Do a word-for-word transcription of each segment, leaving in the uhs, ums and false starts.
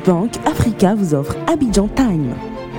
Bank Africa vous offre Abidjan Time.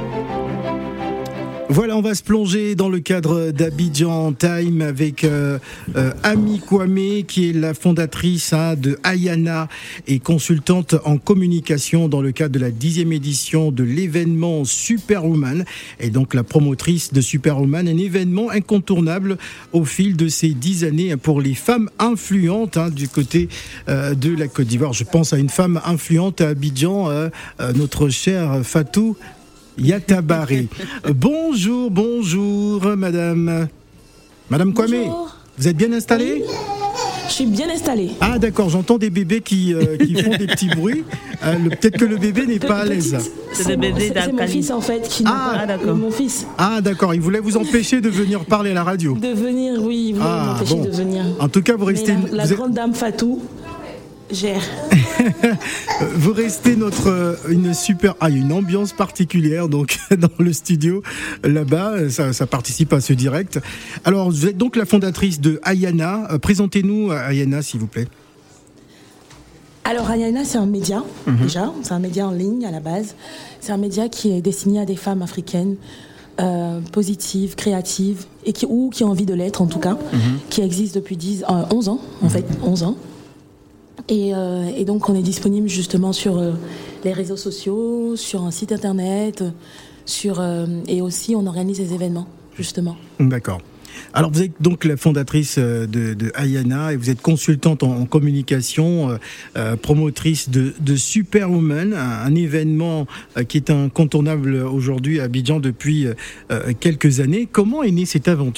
Voilà, on va se plonger dans le cadre d'Abidjan Time avec euh, euh, Ami Kwame, qui est la fondatrice hein, de Ayana et consultante en communication dans le cadre de la dixième édition de l'événement Superwoman, et donc la promotrice de Superwoman, un événement incontournable au fil de ces dix années pour les femmes influentes hein, du côté euh, de la Côte d'Ivoire. Je pense à une femme influente à Abidjan, euh, euh, notre chère Fatou Yatabaré. Bonjour, bonjour, madame. Madame Kwame, bonjour. Vous êtes bien installée ? Oui. Je suis bien installée. Ah d'accord, j'entends des bébés qui, euh, qui font des petits bruits. Euh, le, peut-être que le bébé n'est pas à l'aise. C'est, c'est, le bébé c'est, c'est mon fils en fait qui ah, n'est pas d'accord. Mon fils. Ah d'accord, il voulait vous empêcher de venir parler à la radio. De venir, oui, il voulait ah, m'empêcher bon. de venir. En tout cas, vous restez... Mais la, la vous grande êtes... dame Fatou gère. Vous restez notre une super ah il y a une ambiance particulière donc dans le studio là-bas, ça, ça participe à ce direct. Alors vous êtes donc la fondatrice de Ayana. Présentez-nous Ayana s'il vous plaît. Alors Ayana c'est un média mm-hmm. déjà, c'est un média en ligne à la base. C'est un média qui est destiné à des femmes africaines euh, positives, créatives et qui ou qui ont envie de l'être en tout cas, mm-hmm. qui existe depuis dix, euh, onze ans en mm-hmm. fait, onze ans. Et, euh, et donc on est disponible justement sur euh, les réseaux sociaux, sur un site internet, sur, euh, et aussi on organise des événements justement. D'accord. Alors vous êtes donc la fondatrice de, de Ayana et vous êtes consultante en, en communication, euh, promotrice de, de Superwoman, un, un événement euh, qui est incontournable aujourd'hui à Abidjan depuis euh, quelques années. Comment est née cette aventure ?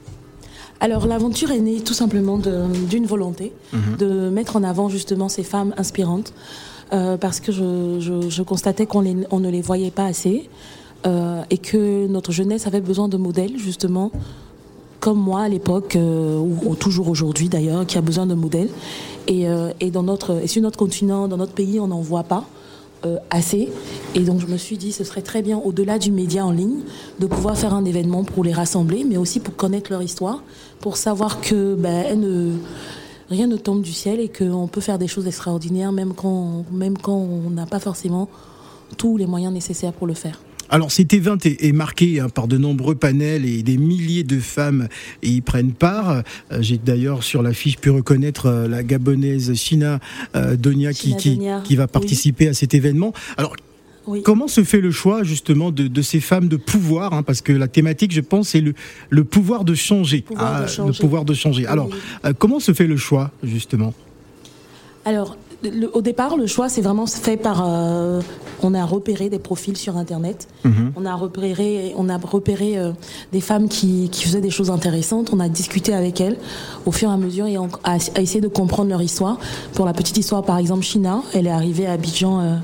Alors l'aventure est née tout simplement de, d'une volonté mmh. de mettre en avant justement ces femmes inspirantes euh, parce que je, je, je constatais qu'on les, on ne les voyait pas assez euh, et que notre jeunesse avait besoin de modèles justement comme moi à l'époque euh, ou, ou toujours aujourd'hui d'ailleurs qui a besoin de modèles et, euh, et, dans notre, et sur notre continent, dans notre pays on n'en voit pas. Euh, assez et donc je me suis dit ce serait très bien au-delà du média en ligne de pouvoir faire un événement pour les rassembler mais aussi pour connaître leur histoire, pour savoir que ben, ne, rien ne tombe du ciel et qu'on peut faire des choses extraordinaires même quand, même quand on n'a pas forcément tous les moyens nécessaires pour le faire. Alors cet événement est, est marqué hein, par de nombreux panels et des milliers de femmes y prennent part. Euh, j'ai d'ailleurs sur l'affiche pu reconnaître euh, la Gabonaise China euh, Donia, China qui, Donia qui, qui va participer oui. à cet événement. Alors oui. comment se fait le choix justement de, de ces femmes de pouvoir hein, parce que la thématique je pense c'est le, le pouvoir de changer. Pouvoir ah, de changer. Le pouvoir de changer. Alors oui. euh, comment se fait le choix justement ? Alors, le, au départ, le choix, c'est vraiment fait par... Euh, on a repéré des profils sur Internet. Mmh. On a repéré, on a repéré euh, des femmes qui, qui faisaient des choses intéressantes. On a discuté avec elles au fur et à mesure et on a, a essayé de comprendre leur histoire. Pour la petite histoire, par exemple, China, elle est arrivée à Abidjan euh,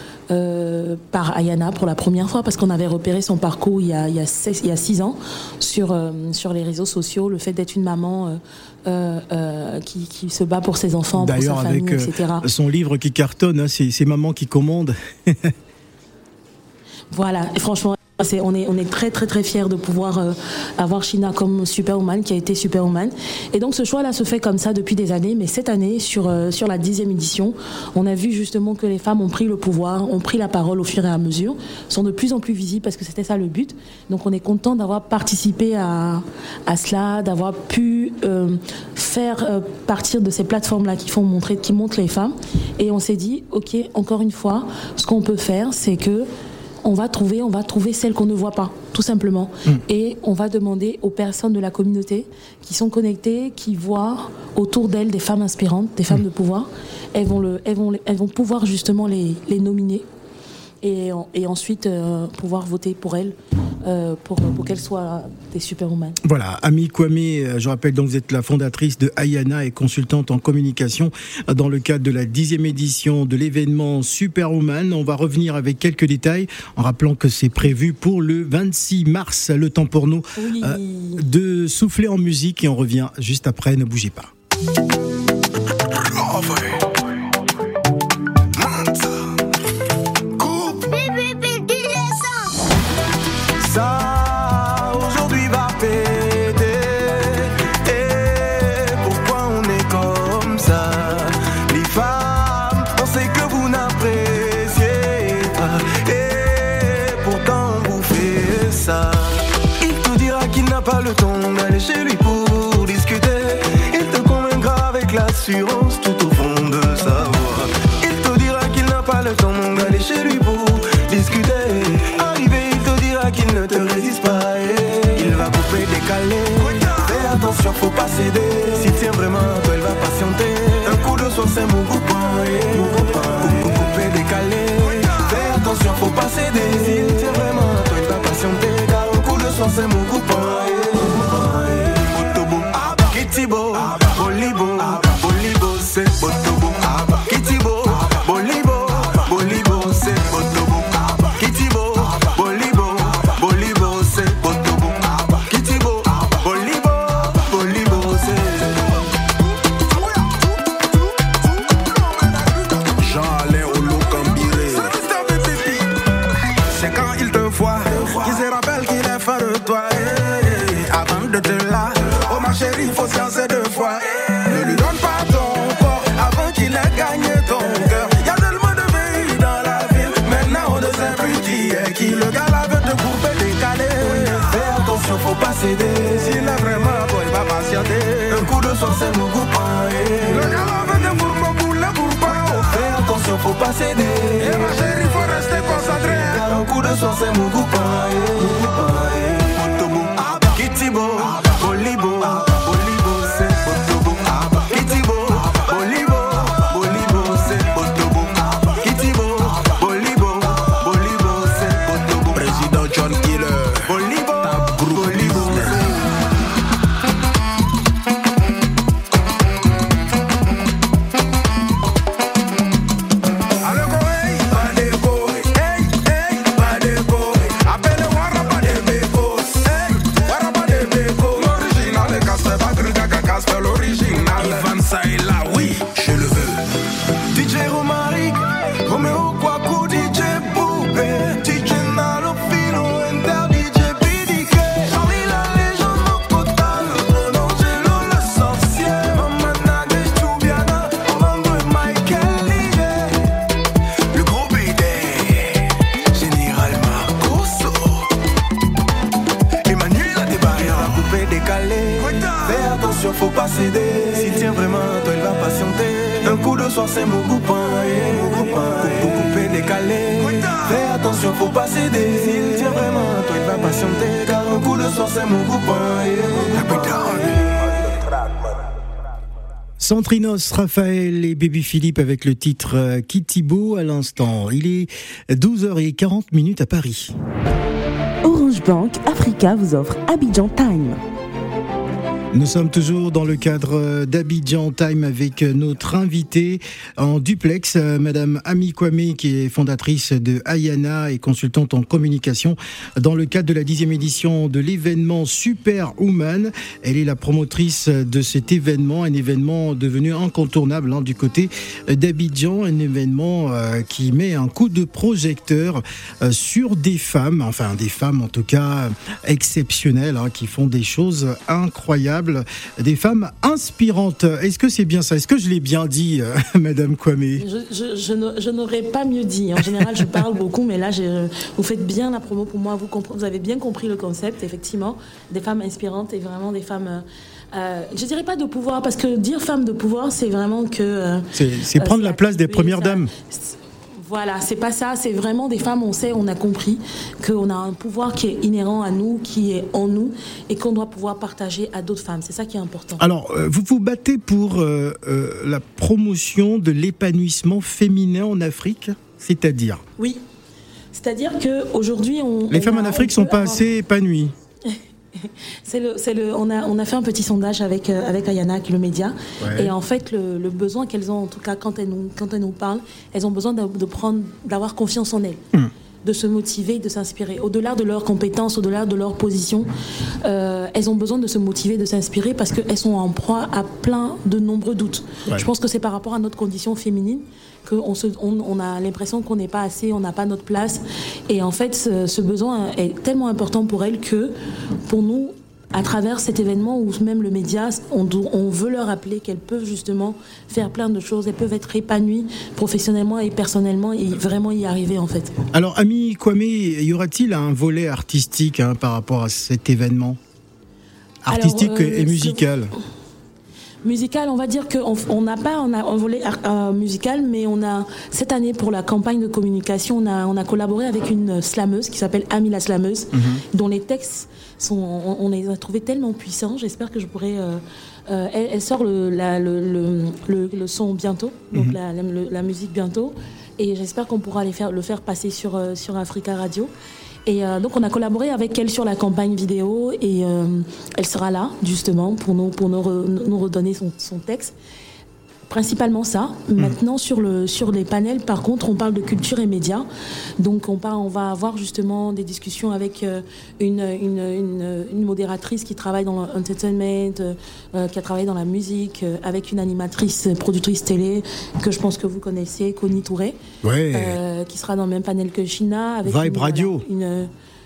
euh, par Ayana pour la première fois parce qu'on avait repéré son parcours il y a, il y a, six, il y a six ans sur, euh, sur les réseaux sociaux, le fait d'être une maman... Euh, Euh, euh, qui, qui se bat pour ses enfants, d'ailleurs, pour sa famille, avec, et cetera. D'ailleurs, son livre qui cartonne, hein, c'est, c'est Maman qui commande. Voilà, et franchement, c'est, on, est, on est très très très fiers de pouvoir euh, avoir China comme Superwoman, qui a été Superwoman. Et donc ce choix-là se fait comme ça depuis des années, mais cette année, sur, euh, sur la dixième édition, on a vu justement que les femmes ont pris le pouvoir, ont pris la parole au fur et à mesure, sont de plus en plus visibles parce que c'était ça le but. Donc on est content d'avoir participé à, à cela, d'avoir pu euh, faire euh, partir de ces plateformes-là qui font montrer, qui montrent les femmes. Et on s'est dit, ok, encore une fois, ce qu'on peut faire, c'est que on va trouver, on va trouver celles qu'on ne voit pas, tout simplement. Mmh. Et on va demander aux personnes de la communauté qui sont connectées, qui voient autour d'elles des femmes inspirantes, des femmes mmh. de pouvoir. Elles vont, le, elles vont, elles vont pouvoir justement les, les nominer et, et ensuite euh, pouvoir voter pour elles, euh, pour, pour qu'elles soient des superwomen. Voilà, Ami Kwame, je rappelle donc vous êtes la fondatrice de Ayana et consultante en communication dans le cadre de la dixième édition de l'événement Superwoman. On va revenir avec quelques détails en rappelant que c'est prévu pour le vingt-six mars. Le temps pour nous oui. euh, de souffler en musique et on revient juste après, ne bougez pas. Appréciez ton cœur. Y'a tellement de pays dans la ville. Maintenant on ne sait plus qui est qui. Le gars là veut te couper, décaler. Fais attention, faut pas céder. S'il est vraiment toi, il va patienter. Un coup de soir, c'est mon copain. Le gars là veut te couper, couler, couper. Fais attention, faut pas céder. Et ma chérie, faut rester concentré. Un coup de soir, c'est mon copain. Motobo, Kitibo, Bolibo. Faut pas céder, s'il tient vraiment, toi il va patienter. Un coup de soir c'est mon copain, mon copain, coupé, décalé. Fais attention, faut pas céder, s'il tient vraiment, toi il va patienter. Car un coup de soir c'est mon copain. Centrinos, Raphaël et Baby Philippe avec le titre Kitibo à l'instant. Il est douze heures quarante à Paris. Orange Bank Africa vous offre Abidjan Time. Nous sommes toujours dans le cadre d'Abidjan Time avec notre invitée en duplex, Madame Ami Kwame, qui est fondatrice de Ayana et consultante en communication dans le cadre de la dixième édition de l'événement Superwoman. Elle est la promotrice de cet événement, un événement devenu incontournable hein, du côté d'Abidjan, un événement euh, qui met un coup de projecteur euh, sur des femmes, enfin des femmes en tout cas exceptionnelles, hein, qui font des choses incroyables. Des femmes inspirantes. Est-ce que c'est bien ça? Est-ce que je l'ai bien dit, euh, Madame Kwame? Je, je, je, je n'aurais pas mieux dit. En général, je parle beaucoup, mais là, je, vous faites bien la promo pour moi. Vous, compre- vous avez bien compris le concept, effectivement. Des femmes inspirantes et vraiment des femmes... Euh, je dirais pas de pouvoir, parce que dire femme de pouvoir, c'est vraiment que... Euh, c'est, c'est prendre euh, c'est la place des premières ça, dames. Voilà, c'est pas ça, c'est vraiment des femmes, on sait, on a compris qu'on a un pouvoir qui est inhérent à nous, qui est en nous et qu'on doit pouvoir partager à d'autres femmes. C'est ça qui est important. Alors, euh, vous vous battez pour euh, euh, la promotion de l'épanouissement féminin en Afrique, c'est-à-dire? Oui, c'est-à-dire qu'aujourd'hui... On, Les on femmes a, en Afrique ne sont pas avoir... assez épanouies. C'est le, c'est le, on, a, on a fait un petit sondage avec, euh, avec Ayana, qui est le média. Ouais. Et en fait, le, le besoin qu'elles ont, en tout cas, quand elles nous, quand elles nous parlent, elles ont besoin de, de prendre, d'avoir confiance en elles. Mmh. De se motiver, de s'inspirer. Au-delà de leurs compétences, au-delà de leur position, euh, elles ont besoin de se motiver, de s'inspirer parce qu'elles sont en proie à plein de nombreux doutes. Ouais. Je pense que c'est par rapport à notre condition féminine qu'on se, on, on a l'impression qu'on n'est pas assez, on n'a pas notre place. Et en fait, ce, ce besoin est tellement important pour elles que, pour nous, à travers cet événement ou même le média, on, on veut leur rappeler qu'elles peuvent justement faire plein de choses, elles peuvent être épanouies professionnellement et personnellement et vraiment y arriver en fait. Alors Ami Kwame, y aura-t-il un volet artistique hein, par rapport à cet événement? Artistique Alors, euh, et musical ce... Musical, on va dire qu'on n'a pas on a un volet euh, musical, mais on a cette année pour la campagne de communication, on a, on a collaboré avec une slameuse qui s'appelle Ami la slameuse, mm-hmm. dont les textes sont, on, on les a trouvés tellement puissants. J'espère que je pourrais. Euh, euh, elle, elle sort le, la, le, le, le, le son bientôt, donc mm-hmm. la, la, la musique bientôt, et j'espère qu'on pourra les faire, le faire passer sur euh, sur Africa Radio. Et euh, donc on a collaboré avec elle sur la campagne vidéo et euh, elle sera là justement pour nous, pour nous, re, nous redonner son, son texte. Principalement ça. Mmh. Maintenant sur, le, sur les panels, par contre, on parle de culture et médias. Donc on, part, on va avoir justement des discussions avec euh, une, une, une, une modératrice qui travaille dans l'entertainment, euh, qui a travaillé dans la musique, euh, avec une animatrice, productrice télé que je pense que vous connaissez, Connie Touré, ouais. euh, qui sera dans le même panel que China. Avec Vibe une, Radio. Voilà, une,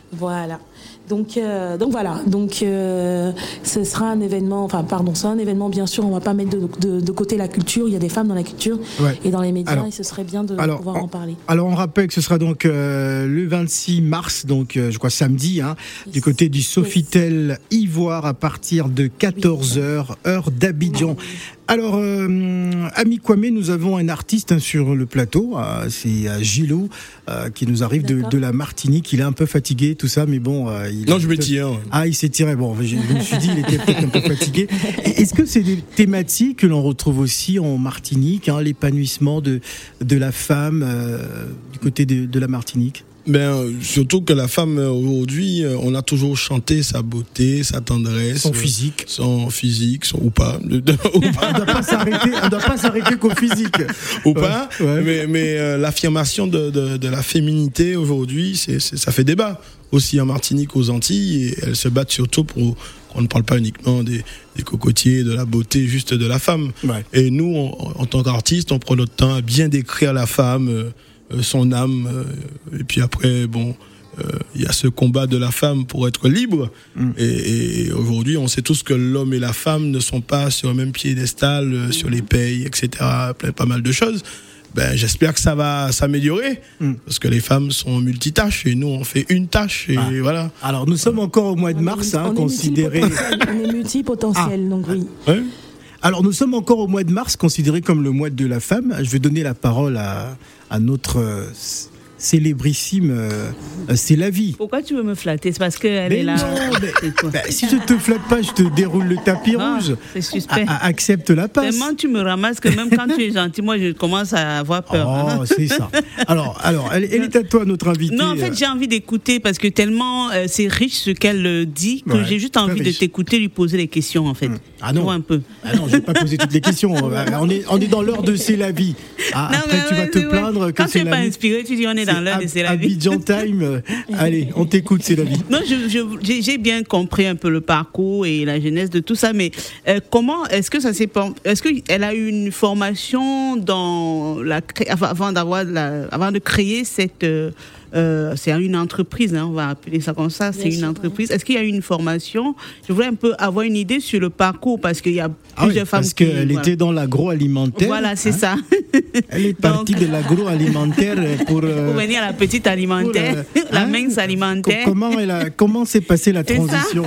Voilà. Donc, euh, donc voilà. Donc, euh, ce sera un événement. Enfin, pardon, c'est un événement. Bien sûr, on va pas mettre de, de, de côté la culture. Il y a des femmes dans la culture ouais. et dans les médias. Alors, et ce serait bien de alors, pouvoir on, en parler. Alors, on rappelle que ce sera donc euh, le vingt-six mars, donc euh, je crois samedi, hein, yes. du côté du Sofitel yes. Ivoire à partir de quatorze heures, oui. heure d'Abidjan. Oui, oui. Alors, euh, Ami Kwame, nous avons un artiste hein, sur le plateau. Euh, c'est euh, Gilou euh, qui nous arrive de, de la Martinique. Il est un peu fatigué, tout ça, mais bon. Euh, il non, je me tire. Ah, il s'est tiré. Bon, je, je me suis dit, il était peut-être un peu fatigué. Et est-ce que c'est des thématiques que l'on retrouve aussi en Martinique, hein, l'épanouissement de de la femme euh, du côté de, de la Martinique? Ben, surtout que la femme, aujourd'hui, on a toujours chanté sa beauté, sa tendresse. Son physique. Son physique, son, ou pas. ou pas. On ne doit pas s'arrêter, on doit pas s'arrêter qu'au physique. Ou pas. Ouais. Mais, mais euh, l'affirmation de, de, de la féminité, aujourd'hui, c'est, c'est, ça fait débat. Aussi en Martinique, aux Antilles, et elles se battent surtout pour qu'on ne parle pas uniquement des, des cocotiers, de la beauté juste de la femme. Ouais. Et nous, on, en tant qu'artistes, on prend notre temps à bien décrire la femme, euh, son âme, euh, et puis après, bon, il euh, y a ce combat de la femme pour être libre. Mm. Et, et aujourd'hui, on sait tous que l'homme et la femme ne sont pas sur le même piédestal, euh, sur les payes, et cetera. Plein, pas mal de choses. Ben, j'espère que ça va s'améliorer, mm. parce que les femmes sont multitâches et nous, on fait une tâche. Et ah. voilà. Alors, nous sommes encore au mois de mars, on hein, est considéré. On est multipotentiel, ah. donc oui. Ouais. Alors, nous sommes encore au mois de mars, considéré comme le mois de la femme. Je vais donner la parole à, à notre euh, célébrissime euh, C'est la vie. Pourquoi tu veux me flatter? C'est parce qu'elle mais est là. Non, mais, bah, si je te flatte pas, je te déroule le tapis ah, rouge. C'est suspect. A- a- accepte la passe. Tellement tu me ramasses que même quand tu es gentil, moi je commence à avoir peur. Oh, c'est ça. Alors, alors elle, elle est à toi, notre invitée. Non, en fait, j'ai envie d'écouter parce que tellement euh, c'est riche ce qu'elle euh, dit que ouais, j'ai juste envie de t'écouter, lui poser les questions en fait. Hum. Ah non. Un peu. Ah non, je vais pas poser toutes les questions. On est, on est dans l'heure de C'est la vie. Ah, non, après, tu vas te plaindre que quand c'est tu la n'es pas vie. inspiré, tu dis on est dans l'heure de C'est la vie. Abidjan Time. Allez, on t'écoute, C'est la vie. Non, je, je, j'ai, j'ai bien compris un peu le parcours et la genèse de tout ça, mais euh, comment est-ce que ça s'est, est-ce qu'elle a eu une formation dans la avant d'avoir la, avant de créer cette euh, Euh, c'est une entreprise, hein, on va appeler ça comme ça, c'est Bien une sûr, entreprise. Ouais. Est-ce qu'il y a eu une formation? Je voudrais un peu avoir une idée sur le parcours parce qu'il y a ah plusieurs oui, femmes parce qui... Parce qu'elle voilà. était dans l'agroalimentaire. Voilà, c'est hein? ça. Elle est partie Donc, de l'agroalimentaire pour... Euh, pour venir à la petite alimentaire, pour, euh, la hein? mince alimentaire. Comment, elle a, comment s'est passée la c'est transition?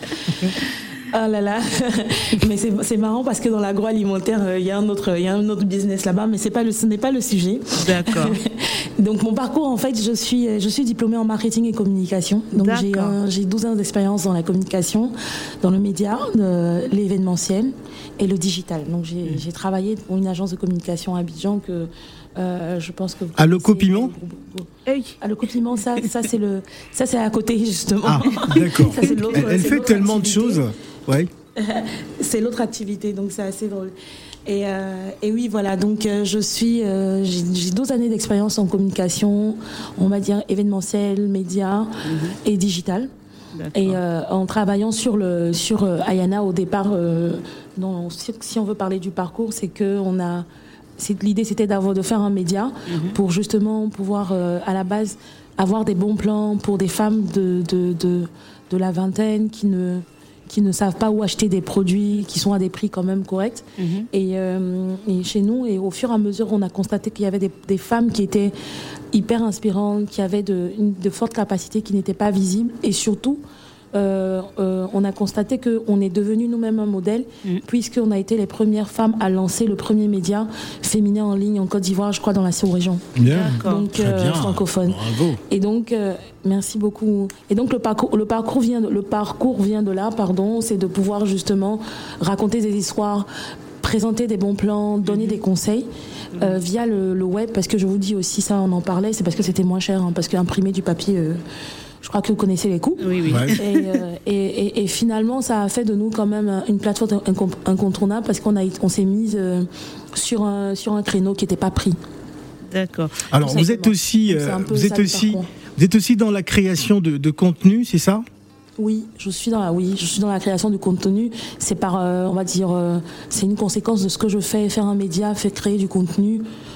Ah là là, mais c'est, c'est marrant parce que dans l'agroalimentaire, il euh, y a un autre, il y a un autre business là-bas, mais c'est pas le, ce n'est pas le sujet. D'accord. Donc mon parcours, en fait, je suis, je suis diplômée en marketing et communication. Donc D'accord. j'ai, euh, j'ai douze ans d'expérience dans la communication, dans le média, de l'événementiel et le digital. Donc j'ai, mmh. j'ai travaillé pour une agence de communication à Abidjan que euh, je pense que. À l'Ocopiment. Hey. À l'Ocopiment, ça, ça c'est le, ça c'est à côté justement. Ah, d'accord. Ça, c'est l'autre, elle elle c'est fait l'autre tellement activité. de choses. Ouais. C'est l'autre activité, donc c'est assez drôle. Et, euh, et oui, voilà, donc euh, je suis, euh, j'ai, j'ai douze années d'expérience en communication, on va dire événementiel, média mm-hmm. et digital. D'accord. Et euh, en travaillant sur, le, sur euh, Ayana au départ, euh, non, si, si on veut parler du parcours, c'est que on a, c'est, l'idée c'était d'avoir, de faire un média mm-hmm. pour justement pouvoir euh, à la base avoir des bons plans pour des femmes de, de, de, de la vingtaine qui ne... qui ne savent pas où acheter des produits qui sont à des prix quand même corrects. Mmh. Et, euh, et chez nous, et au fur et à mesure, on a constaté qu'il y avait des, des femmes qui étaient hyper inspirantes, qui avaient de, une, de fortes capacités qui n'étaient pas visibles. Et surtout, euh, euh, on a constaté qu'on est devenu nous-mêmes un modèle, mmh. puisqu'on a été les premières femmes à lancer le premier média féminin en ligne en Côte d'Ivoire, je crois, dans la sous-région. Bien. Donc, euh, francophone. Bravo. Et donc, euh, merci beaucoup. Et donc, le parcours, le parcours vient de, le parcours vient de là, pardon, c'est de pouvoir justement raconter des histoires, présenter des bons plans, donner mmh. des conseils euh, via le, le web, parce que je vous dis aussi, ça, on en parlait, c'est parce que c'était moins cher, hein, parce qu'imprimer du papier... Euh, je crois que vous connaissez les coûts. Oui, oui. Ouais. Et, euh, et, et, et finalement, ça a fait de nous quand même une plateforme incontournable parce qu'on a, on s'est mise euh, sur un sur un créneau qui n'était pas pris. D'accord. Alors vous êtes aussi, euh, vous êtes aussi, vous êtes aussi dans la création de, de contenu, c'est ça? Oui, je suis dans la, oui, je suis dans la création du contenu. C'est par, euh, on va dire, euh, c'est une conséquence de ce que je fais. Faire un média, faire créer du contenu.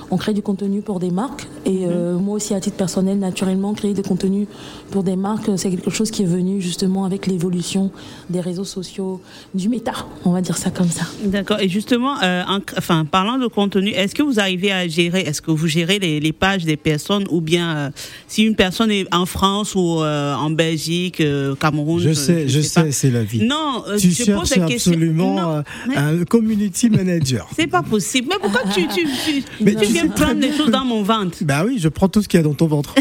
on crée du contenu pour des marques. Et euh, moi aussi, à titre personnel, naturellement, créer des contenus pour des marques, c'est quelque chose qui est venu justement avec l'évolution des réseaux sociaux, du méta, on va dire ça comme ça. D'accord. Et justement, euh, en, enfin, parlant de contenu, est-ce que vous arrivez à gérer, est-ce que vous gérez les, les pages des personnes, ou bien euh, si une personne est en France ou euh, en Belgique, euh, Cameroun, je sais, je, je sais, sais c'est la vie. Non, euh, tu je cherches pose la question. absolument non, mais... un community manager. C'est pas possible. Mais pourquoi tu, tu, tu, mais tu, tu viens prendre des choses dans mon ventre? Bah oui, je prends tout ce qu'il y a dans ton ventre.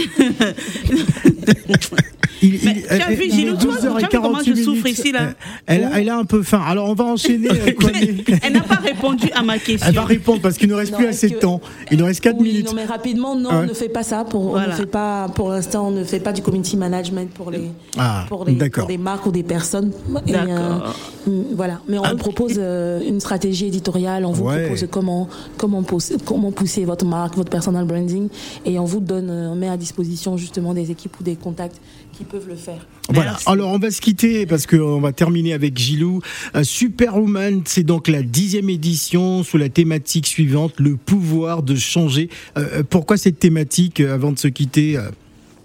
Il, il, mais, tu as vu, Gilou, tu vois comment je souffre ici, là? Elle, elle a un peu faim. Alors, on va enchaîner. Elle n'a pas répondu à ma question. Elle va répondre parce qu'il ne reste non, plus assez que... de temps. Il nous reste quatre oui, minutes. Non, mais rapidement, non, ouais. on ne fait pas ça. Pour, voilà. on ne fait pas, pour l'instant, on ne fait pas du community management pour les, ah, pour les, pour des marques ou des personnes. Et, d'accord. Euh, voilà. Mais on ah, propose euh, une stratégie éditoriale. On vous ouais. propose comment, comment, pousser, comment pousser votre marque, votre personal branding. Et on vous donne, on met à disposition justement des équipes ou des contacts qui peuvent le faire. Voilà. Merci. Alors on va se quitter parce qu'on va terminer avec Gilou. Euh, Superwoman, c'est donc la dixième édition sous la thématique suivante, le pouvoir de changer. Euh, pourquoi cette thématique euh, avant de se quitter euh...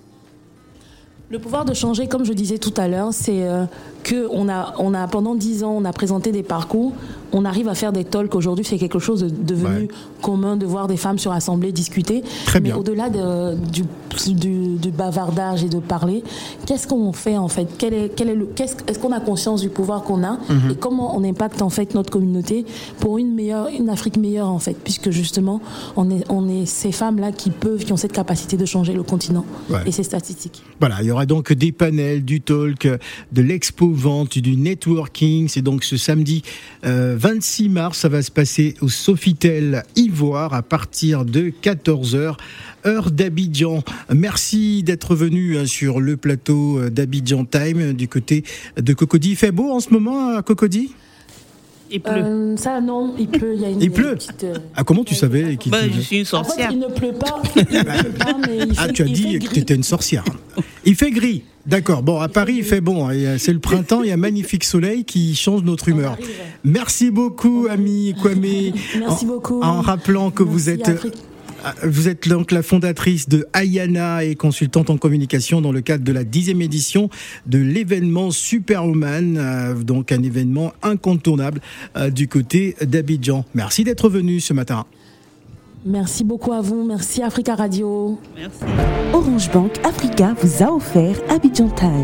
Le pouvoir de changer, comme je disais tout à l'heure, c'est euh, que on a, on a pendant dix ans, on a présenté des parcours. On arrive à faire des talks. Aujourd'hui, c'est quelque chose de devenu ouais. commun de voir des femmes se rassembler, discuter. Très bien. Mais au-delà de, du, du, du bavardage et de parler, qu'est-ce qu'on fait en fait? Quel est, quel est le, qu'est-ce, est-ce qu'on a conscience du pouvoir qu'on a mm-hmm. et comment on impacte en fait notre communauté pour une meilleure, une Afrique meilleure en fait, puisque justement, on est, on est ces femmes-là qui peuvent, qui ont cette capacité de changer le continent ouais. et ces statistiques. Voilà, il y aura donc des panels, du talk, de l'expo-vente, du networking. C'est donc ce samedi euh, vingt-six mars, ça va se passer au Sofitel Ivoire à partir de quatorze heures, heure d'Abidjan. Merci d'être venu sur le plateau d'Abidjan Time du côté de Cocody. Il fait beau en ce moment à Cocody ? Il pleut. Euh, ça, non, il pleut. Il, y a une, il pleut. Petite, euh... Ah, comment tu savais qu'il bah, pleuvait ? Je suis une sorcière. En fait, il ne pleut pas. Il ne pleut pas mais il fait, ah, tu as dit que tu étais une sorcière. Il fait gris. D'accord. Bon, à Paris, il fait bon. C'est le printemps. Il y a un magnifique soleil qui change notre humeur. Merci beaucoup, Ami Kwame. Merci beaucoup. En, en rappelant que Merci vous êtes. Afrique. Vous êtes donc la fondatrice de Ayana et consultante en communication dans le cadre de la dixième édition de l'événement Superwoman, euh, donc un événement incontournable euh, du côté d'Abidjan. Merci d'être venu ce matin. Merci beaucoup à vous. Merci Africa Radio. Merci. Orange Bank Africa vous a offert Abidjan Time.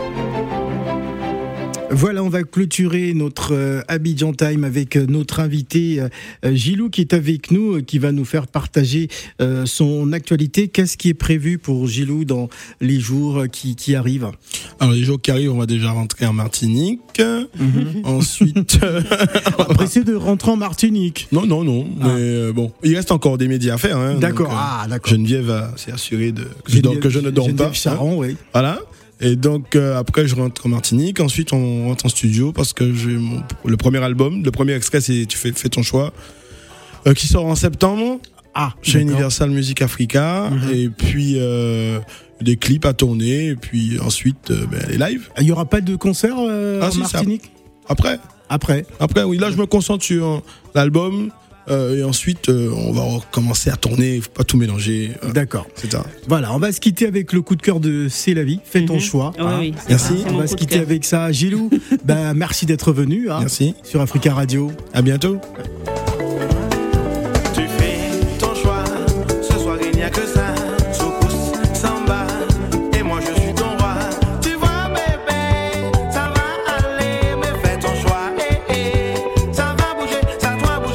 Voilà, on va clôturer notre euh, Abidjan Time avec euh, notre invité euh, Gilou qui est avec nous, euh, qui va nous faire partager euh, son actualité. Qu'est-ce qui est prévu pour Gilou dans les jours qui, qui arrivent ? Alors les jours qui arrivent, on va déjà rentrer en Martinique. Mm-hmm. Ensuite, pressé de rentrer en Martinique. Non, non, non. Ah. Mais euh, bon, il reste encore des médias à faire. Hein, d'accord. Donc, ah, d'accord. Geneviève s'est assurée de que, Geneviève, je, que je ne dors Geneviève pas. Charon, hein. Oui. Voilà. Et donc euh, après je rentre en Martinique, ensuite on rentre en studio parce que j'ai mon, le premier album, le premier extrait c'est Tu fais, fais ton choix, euh, qui sort en septembre ah, chez d'accord. Universal Music Africa, mm-hmm. et puis euh, des clips à tourner, et puis ensuite euh, ben, les lives. Il n'y aura pas de concert euh, ah, en si, Martinique ça. Après Après Après oui, là je me concentre sur l'album. Euh, et ensuite, euh, on va recommencer à tourner. Il faut pas tout mélanger. Euh, D'accord. C'est ça. Voilà, on va se quitter avec le coup de cœur de C'est la vie. Fais ton mm-hmm. choix. Oh, hein. Oui, merci. On va se quitter avec ça. Gilou, ben, merci d'être venu. Hein, merci. Sur Africa Radio. À bientôt. Tu fais ton choix. Ce soir, il n'y a que ça. Soukous, samba. Et moi, je suis ton roi. Tu vois, bébé, ça va aller. Mais fais ton choix. Eh, eh. Ça va bouger, ça doit bouger.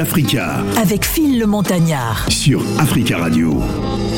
d'Africa. Avec Phil le Montagnard. Sur Africa Radio.